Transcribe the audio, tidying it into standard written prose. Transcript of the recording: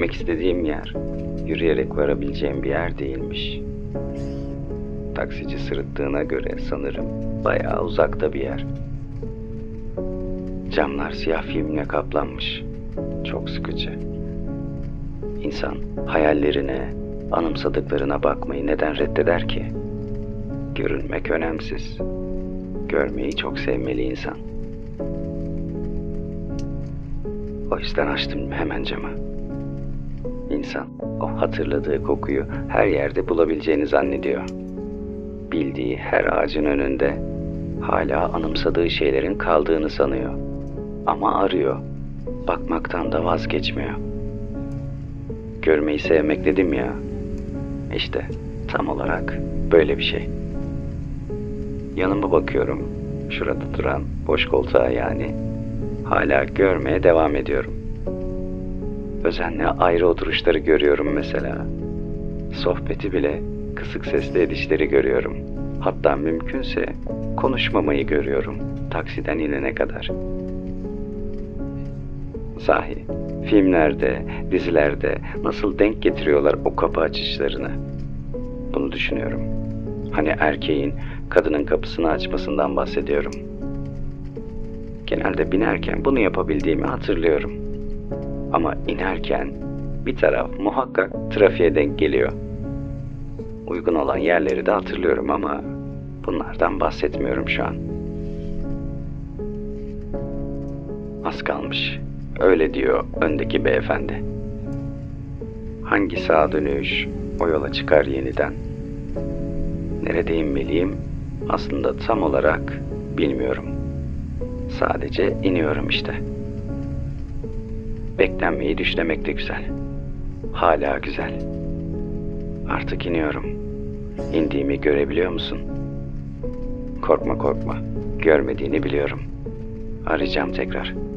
Gitmek istediğim yer, yürüyerek varabileceğim bir yer değilmiş. Taksici sırıttığına göre sanırım bayağı uzakta bir yer. Camlar siyah filmle kaplanmış. Çok sıkıcı. İnsan hayallerine, anımsadıklarına bakmayı neden reddeder ki? Görünmek önemsiz. Görmeyi çok sevmeli insan. O yüzden açtım hemen camı. İnsan o hatırladığı kokuyu her yerde bulabileceğini zannediyor. Bildiği her ağacın önünde hala anımsadığı şeylerin kaldığını sanıyor. Ama arıyor. Bakmaktan da vazgeçmiyor. Görmeyi sevmek dedim ya. İşte tam olarak böyle bir şey. Yanıma bakıyorum. Şurada duran boş koltuğa yani. Hala görmeye devam ediyorum. Özenle ayrı oturuşları görüyorum mesela. Sohbeti bile kısık sesle edişleri görüyorum. Hatta mümkünse konuşmamayı görüyorum taksiden inene kadar. Sahi, filmlerde, dizilerde nasıl denk getiriyorlar o kapı açışlarını? Bunu düşünüyorum. Hani erkeğin kadının kapısını açmasından bahsediyorum. Genelde binerken bunu yapabildiğimi hatırlıyorum. Ama inerken bir taraf muhakkak trafiğe denk geliyor. Uygun olan yerleri de hatırlıyorum ama bunlardan bahsetmiyorum şu an. Az kalmış. Öyle diyor öndeki beyefendi. Hangi sağa dönüş o yola çıkar yeniden? Nerede inmeliyim? Aslında tam olarak bilmiyorum. Sadece iniyorum işte. Beklenmeyi düşlemek de güzel. Hala güzel. Artık iniyorum. İndiğimi görebiliyor musun? Korkma korkma. Görmediğini biliyorum. Arayacağım tekrar.